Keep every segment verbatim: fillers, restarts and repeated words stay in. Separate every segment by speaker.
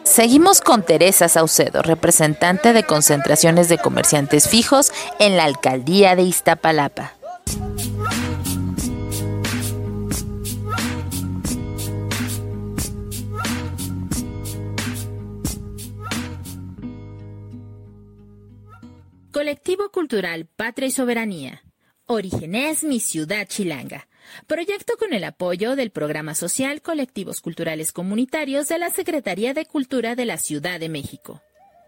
Speaker 1: Seguimos con Teresa Saucedo, representante de concentraciones de comerciantes fijos en la alcaldía de Iztapalapa. Colectivo Cultural Patria y Soberanía. Orígenes Mi Ciudad Chilanga. Proyecto con el apoyo del Programa Social Colectivos Culturales Comunitarios de la Secretaría de Cultura de la Ciudad de México.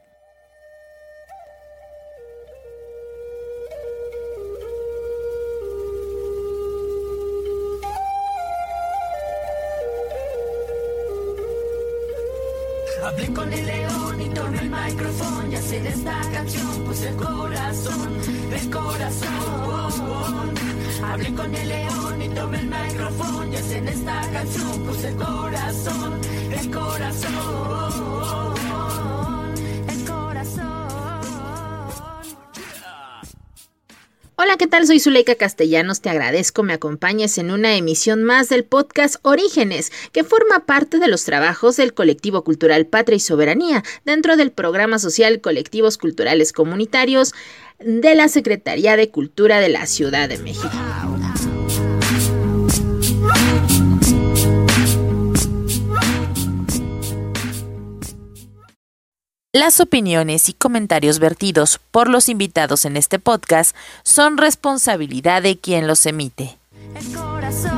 Speaker 2: Hablé con el león y tomé el micrófono y hacer esta canción, pues el corazón, el corazón. Hablé con el león y tomé el micrófono y hacer esta canción, pues el corazón, el corazón, el corazón.
Speaker 1: Hola, ¿qué tal? Soy Zuleika Castellanos, te agradezco me acompañes en una emisión más del podcast Orígenes, que forma parte de los trabajos del Colectivo Cultural Patria y Soberanía, dentro del Programa Social Colectivos Culturales Comunitarios de la Secretaría de Cultura de la Ciudad de México. Las opiniones y comentarios vertidos por los invitados en este podcast son responsabilidad de quien los emite.
Speaker 2: El corazón.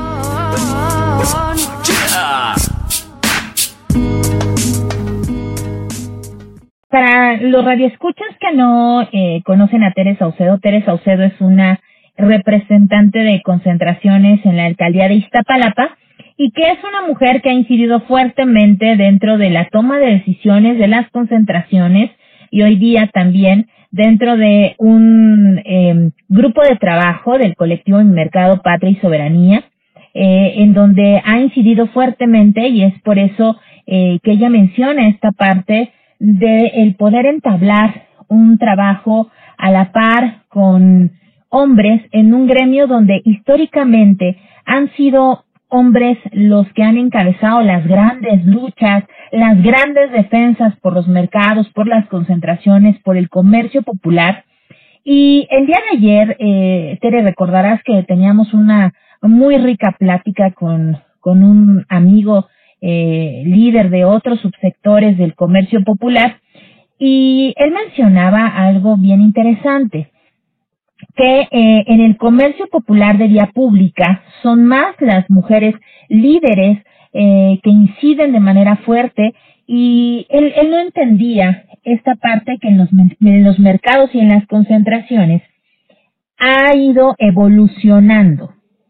Speaker 3: Para los radioescuchas que no eh, conocen a Teresa Saucedo, Teresa Saucedo es una representante de concentraciones en la alcaldía de Iztapalapa y que es una mujer que ha incidido fuertemente dentro de la toma de decisiones de las concentraciones y hoy día también dentro de un eh, grupo de trabajo del colectivo Mi Mercado Patria y Soberanía, eh, en donde ha incidido fuertemente y es por eso eh, que ella menciona esta parte de el poder entablar un trabajo a la par con hombres en un gremio donde históricamente han sido hombres los que han encabezado las grandes luchas, las grandes defensas por los mercados, por las concentraciones, por el comercio popular. Y el día de ayer, eh, Tere, recordarás que teníamos una muy rica plática con, con un amigo eh, líder de otros subsectores del comercio popular y él mencionaba algo bien interesante, que eh, en el comercio popular de vía pública son más las mujeres líderes eh, que inciden de manera fuerte y él, él no entendía esta parte que en los, en los mercados y en las concentraciones ha ido evolucionando.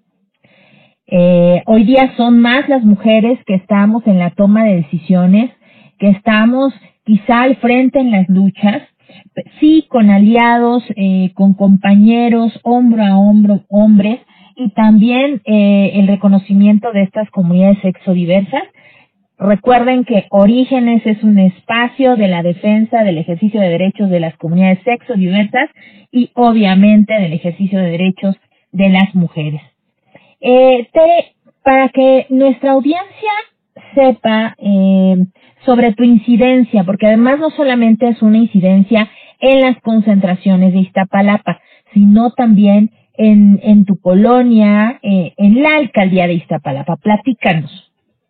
Speaker 3: Eh, hoy día son más las mujeres que estamos en la toma de decisiones, que estamos quizá al frente en las luchas, sí con aliados, eh, con compañeros, hombro a hombro, hombres, y también eh, el reconocimiento de estas comunidades sexodiversas. Recuerden que Orígenes es un espacio de la defensa del ejercicio de derechos de las comunidades sexodiversas y obviamente del ejercicio de derechos de las mujeres. Eh, Tere, para que nuestra audiencia sepa eh, sobre tu incidencia, porque además no solamente es una incidencia en las concentraciones de Iztapalapa, sino también en, en tu colonia, eh, en la alcaldía de Iztapalapa. Platícanos.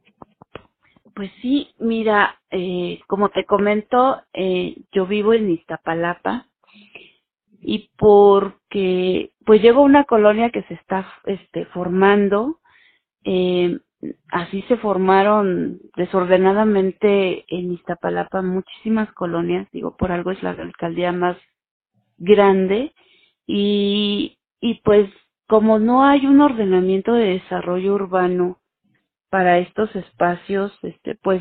Speaker 4: Pues sí, mira, eh, como te comento, eh, yo vivo en Iztapalapa y porque pues llego a una colonia que se está este, formando, eh, así se formaron desordenadamente en Iztapalapa muchísimas colonias, digo, por algo es la alcaldía más grande y, y pues como no hay un ordenamiento de desarrollo urbano para estos espacios, este, pues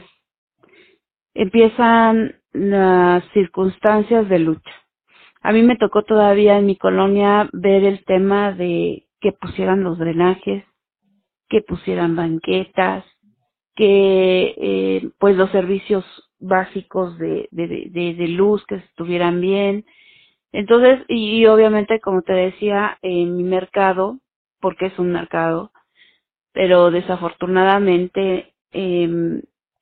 Speaker 4: empiezan las circunstancias de lucha. A mí me tocó todavía en mi colonia ver el tema de que pusieran los drenajes, que pusieran banquetas, que eh, pues los servicios básicos de, de, de, de luz que estuvieran bien. Entonces, y, y obviamente, como te decía, en mi mercado, porque es un mercado, pero desafortunadamente eh,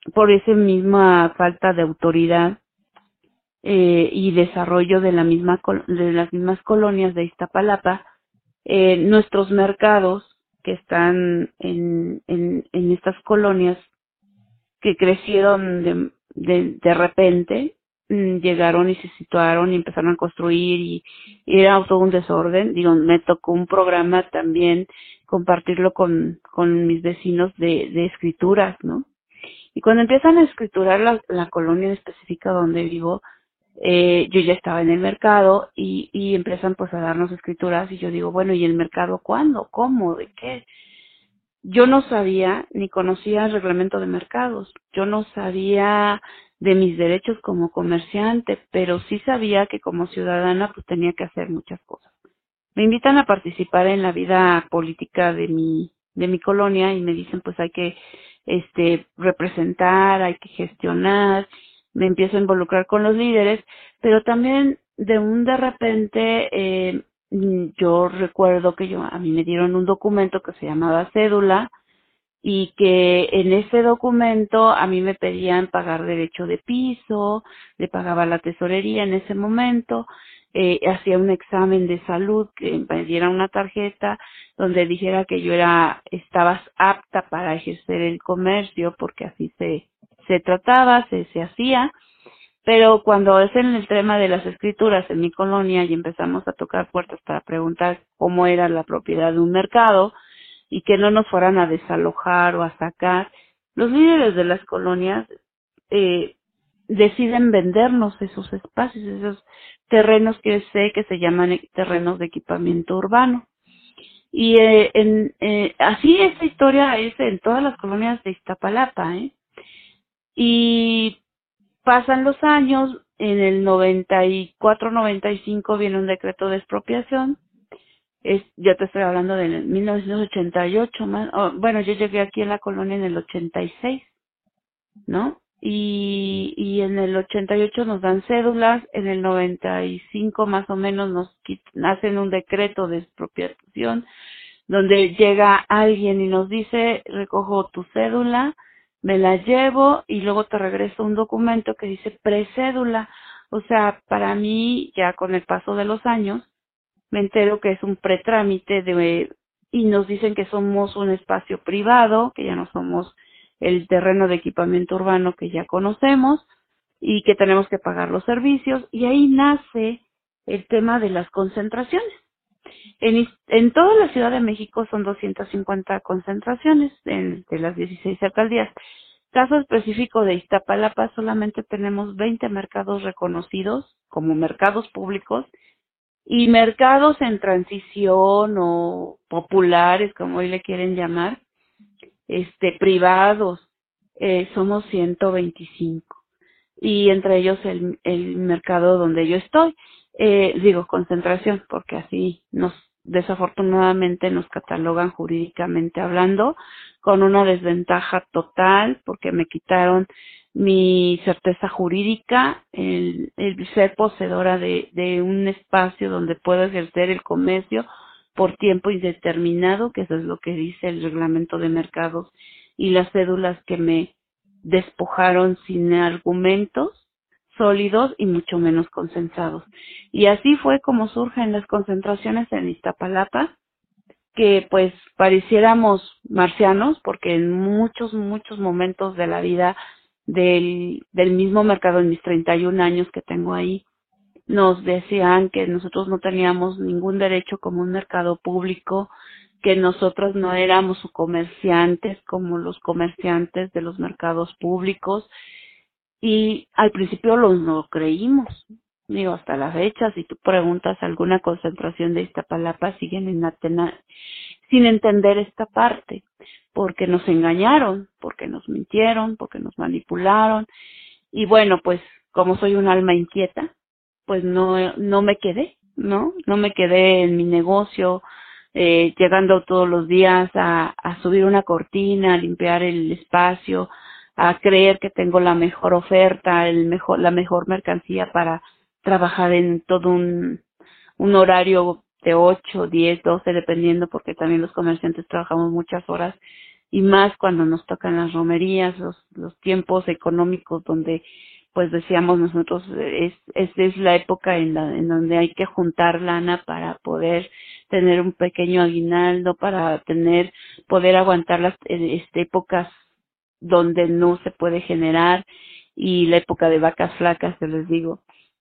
Speaker 4: por esa misma falta de autoridad eh, y desarrollo de la misma de las mismas colonias de Iztapalapa, eh, nuestros mercados que están en, en, en estas colonias que crecieron de, de, de repente, mmm, llegaron y se situaron y empezaron a construir y, y era todo un desorden. Digo, me tocó un programa también compartirlo con, con mis vecinos de, de escrituras, ¿no? Y cuando empiezan a escriturar la, la colonia específica donde vivo, eh, yo ya estaba en el mercado y, y empiezan pues a darnos escrituras y yo digo, bueno, ¿y el mercado cuándo? ¿Cómo? ¿De qué? Yo no sabía ni conocía el reglamento de mercados, yo no sabía de mis derechos como comerciante, pero sí sabía que como ciudadana pues tenía que hacer muchas cosas. Me invitan a participar en la vida política de mi de mi colonia y me dicen pues hay que este representar, hay que gestionar, me empiezo a involucrar con los líderes, pero también de un de repente eh, yo recuerdo que yo a mí me dieron un documento que se llamaba cédula y que en ese documento a mí me pedían pagar derecho de piso, le pagaba la tesorería en ese momento, eh, hacía un examen de salud que me diera una tarjeta donde dijera que yo era estabas apta para ejercer el comercio porque así se se trataba, se se hacía. Pero cuando es en el tema de las escrituras en mi colonia y empezamos a tocar puertas para preguntar cómo era la propiedad de un mercado y que no nos fueran a desalojar o a sacar, los líderes de las colonias eh, deciden vendernos esos espacios, esos terrenos que sé que se llaman terrenos de equipamiento urbano. Y eh, en, eh, así esta historia es en todas las colonias de Iztapalapa, ¿eh? Y pasan los años, en el noventa y cuatro noventa y cinco viene un decreto de expropiación, es, yo te estoy hablando de mil novecientos ochenta y ocho, más, oh, bueno, yo llegué aquí a la colonia en el ochenta y seis, ¿no? Y, y en el ochenta y ocho nos dan cédulas, en el noventa y cinco más o menos nos hacen un decreto de expropiación, donde llega alguien y nos dice, recojo tu cédula, me la llevo y luego te regreso un documento que dice precédula. O sea, para mí, ya con el paso de los años, me entero que es un pretrámite de, y nos dicen que somos un espacio privado, que ya no somos el terreno de equipamiento urbano que ya conocemos y que tenemos que pagar los servicios, y ahí nace el tema de las concentraciones. En, en toda la Ciudad de México son doscientas cincuenta concentraciones en, de las dieciséis alcaldías. Caso específico de Iztapalapa, solamente tenemos veinte mercados reconocidos como mercados públicos y mercados en transición o populares, como hoy le quieren llamar, este privados, eh, somos ciento veinticinco. Y entre ellos el, el mercado donde yo estoy, eh, digo concentración, porque así nos desafortunadamente nos catalogan jurídicamente hablando, con una desventaja total, porque me quitaron mi certeza jurídica, el, el ser poseedora de, de un espacio donde puedo ejercer el comercio por tiempo indeterminado, que eso es lo que dice el reglamento de mercados, y las cédulas que me despojaron sin argumentos sólidos y mucho menos consensados. Y así fue como surgen las concentraciones en Iztapalapa, que pues pareciéramos marcianos, porque en muchos, muchos momentos de la vida del, del mismo mercado, en mis treinta y un años que tengo ahí, nos decían que nosotros no teníamos ningún derecho como un mercado público, que nosotros no éramos comerciantes como los comerciantes de los mercados públicos, y al principio los no creímos. Digo, hasta la fecha, si tú preguntas alguna concentración de Iztapalapa, siguen en Atena sin entender esta parte, porque nos engañaron, porque nos mintieron, porque nos manipularon, y bueno, pues como soy un alma inquieta, pues no no me quedé, ¿no? No me quedé en mi negocio, eh, llegando todos los días a, a subir una cortina, a limpiar el espacio, a creer que tengo la mejor oferta, el mejor, la mejor mercancía para trabajar en todo un, un horario de ocho, diez, doce, dependiendo, porque también los comerciantes trabajamos muchas horas y más cuando nos tocan las romerías, los, los tiempos económicos donde, pues decíamos nosotros, es, es, es la época en, la, en donde hay que juntar lana para poder tener un pequeño aguinaldo, para tener, poder aguantar las este, épocas donde no se puede generar, y la época de vacas flacas, te les digo.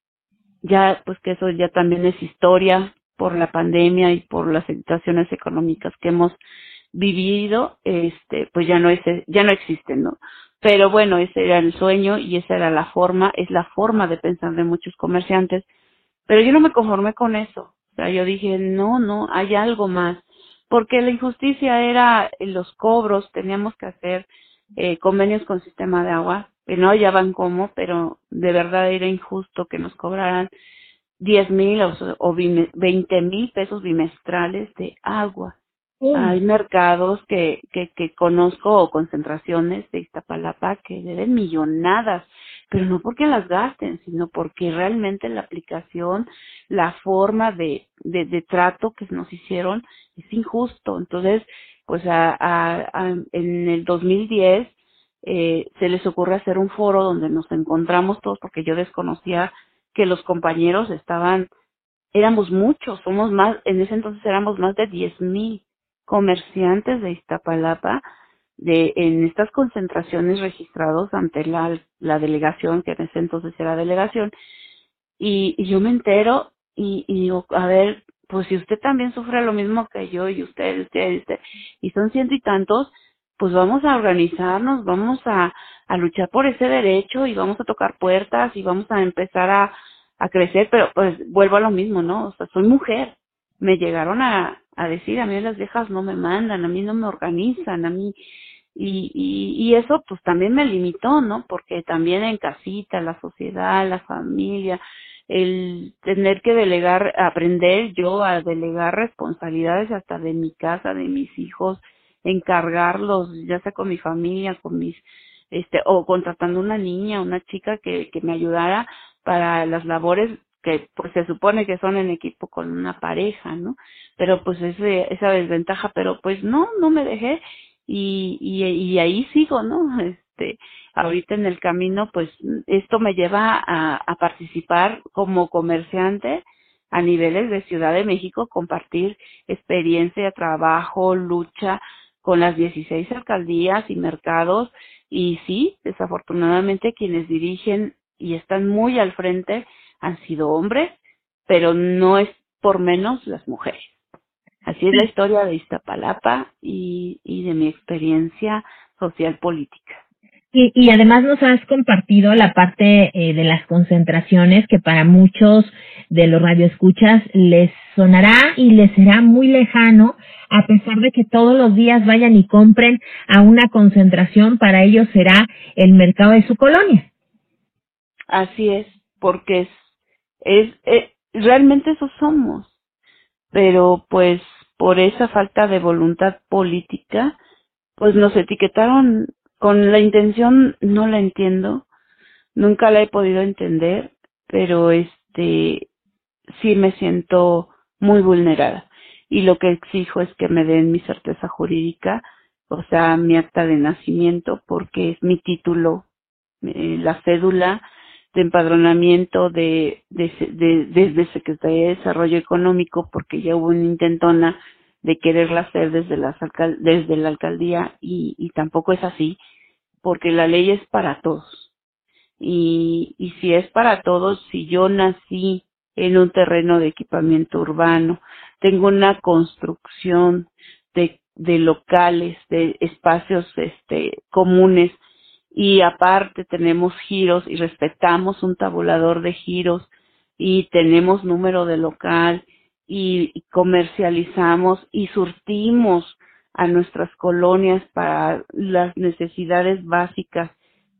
Speaker 4: Ya, pues que eso ya también es historia por la pandemia y por las situaciones económicas que hemos vivido, este, pues ya no es, ya no existen, ¿no? Pero bueno, ese era el sueño y esa era la forma, es la forma de pensar de muchos comerciantes, pero yo no me conformé con eso. O sea, yo dije, no, no, hay algo más, porque la injusticia era los cobros, teníamos que hacer eh, convenios con sistema de agua, que no hallaban cómo, pero de verdad era injusto que nos cobraran diez mil o, o veinte mil pesos bimestrales de agua. Uh. Hay mercados que, que, que conozco o concentraciones de Iztapalapa que deben millonadas, pero no porque las gasten, sino porque realmente la aplicación, la forma de, de, de trato que nos hicieron es injusto. Entonces, pues a, a, a, en el dos mil diez eh, se les ocurre hacer un foro donde nos encontramos todos, porque yo desconocía que los compañeros estaban, éramos muchos, somos más, en ese entonces éramos más de diez mil comerciantes de Iztapalapa, de, en estas concentraciones registrados ante la, la delegación, que en ese entonces era delegación, y, y yo me entero, y, y digo, a ver, pues si usted también sufre lo mismo que yo, y usted, usted, usted, y son ciento y tantos, pues vamos a organizarnos, vamos a, a luchar por ese derecho, y vamos a tocar puertas, y vamos a empezar a, a crecer, pero pues vuelvo a lo mismo, ¿no? O sea, soy mujer, me llegaron a, a decir, a mí las viejas no me mandan, a mí no me organizan, a mí, y, y, y eso pues también me limitó, ¿no? Porque también en casita, la sociedad, la familia, el tener que delegar, aprender yo a delegar responsabilidades hasta de mi casa, de mis hijos, encargarlos, ya sea con mi familia, con mis, este, o contratando una niña, una chica que, que me ayudara para las labores que pues se supone que son en equipo con una pareja, ¿no? Pero pues ese, esa desventaja, pero pues no, no me dejé, y, y, y ahí sigo, ¿no? Este, ahorita en el camino, pues esto me lleva a, a participar como comerciante a niveles de Ciudad de México, compartir experiencia, trabajo, lucha con las dieciséis alcaldías y mercados, y sí, desafortunadamente quienes dirigen y están muy al frente han sido hombres, pero no es por menos las mujeres. Así es la historia de Iztapalapa y, y de mi experiencia social política.
Speaker 3: Y, y además nos has compartido la parte eh, de las concentraciones, que para muchos de los radioescuchas les sonará y les será muy lejano, a pesar de que todos los días vayan y compren a una concentración, para ellos será el mercado de su colonia.
Speaker 4: Así es, porque es, es, es realmente eso somos, pero pues por esa falta de voluntad política, pues nos etiquetaron con la intención, no la entiendo, nunca la he podido entender, pero este sí me siento muy vulnerada, y lo que exijo es que me den mi certeza jurídica, o sea, mi acta de nacimiento, porque es mi título, eh, la cédula de empadronamiento de, de, de desde Secretaría de Desarrollo Económico, porque ya hubo una intentona de quererla hacer desde las alcal desde la alcaldía, y, y tampoco es así, porque la ley es para todos, y, y si es para todos, si yo nací en un terreno de equipamiento urbano, tengo una construcción de, de locales, de espacios este comunes, y aparte tenemos giros y respetamos un tabulador de giros, y tenemos número de local, y, y comercializamos y surtimos a nuestras colonias para las necesidades básicas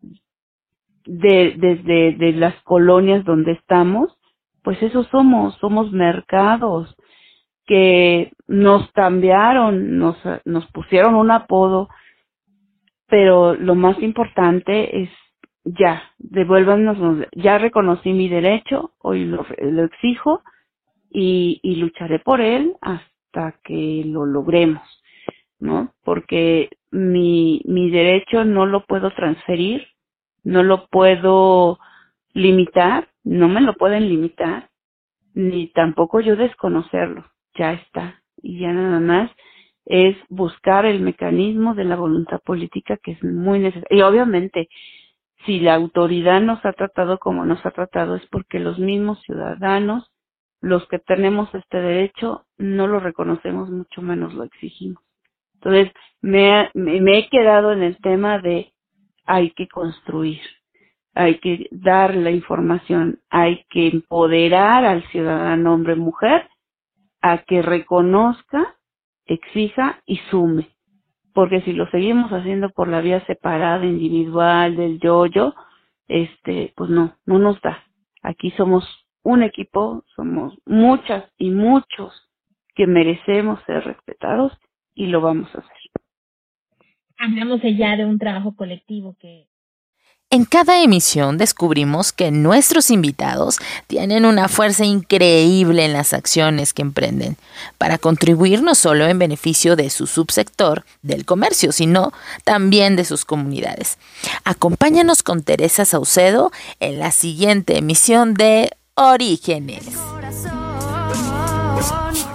Speaker 4: de desde de las colonias donde estamos, pues eso somos, somos mercados que nos cambiaron, nos, nos pusieron un apodo, pero lo más importante es ya, devuélvanos, ya reconocí mi derecho, hoy lo, lo exijo, y, y lucharé por él hasta que lo logremos, ¿no? Porque mi, mi derecho no lo puedo transferir, no lo puedo limitar, no me lo pueden limitar, ni tampoco yo desconocerlo, ya está. Y ya nada más es buscar el mecanismo de la voluntad política, que es muy necesario. Y obviamente, si la autoridad nos ha tratado como nos ha tratado, es porque los mismos ciudadanos, los que tenemos este derecho, no lo reconocemos, mucho menos lo exigimos. Entonces, me, me he quedado en el tema de hay que construir, hay que dar la información, hay que empoderar al ciudadano hombre mujer a que reconozca, exija y sume. Porque si lo seguimos haciendo por la vía separada, individual, del yo-yo, este, pues no, no nos da. Aquí somos un equipo, somos muchas y muchos que merecemos ser respetados y lo vamos a hacer.
Speaker 3: Hablamos ya de un trabajo colectivo que...
Speaker 1: En cada emisión descubrimos que nuestros invitados tienen una fuerza increíble en las acciones que emprenden para contribuir no solo en beneficio de su subsector del comercio, sino también de sus comunidades. Acompáñanos con Teresa Saucedo en la siguiente emisión de Orígenes.
Speaker 2: Corazón.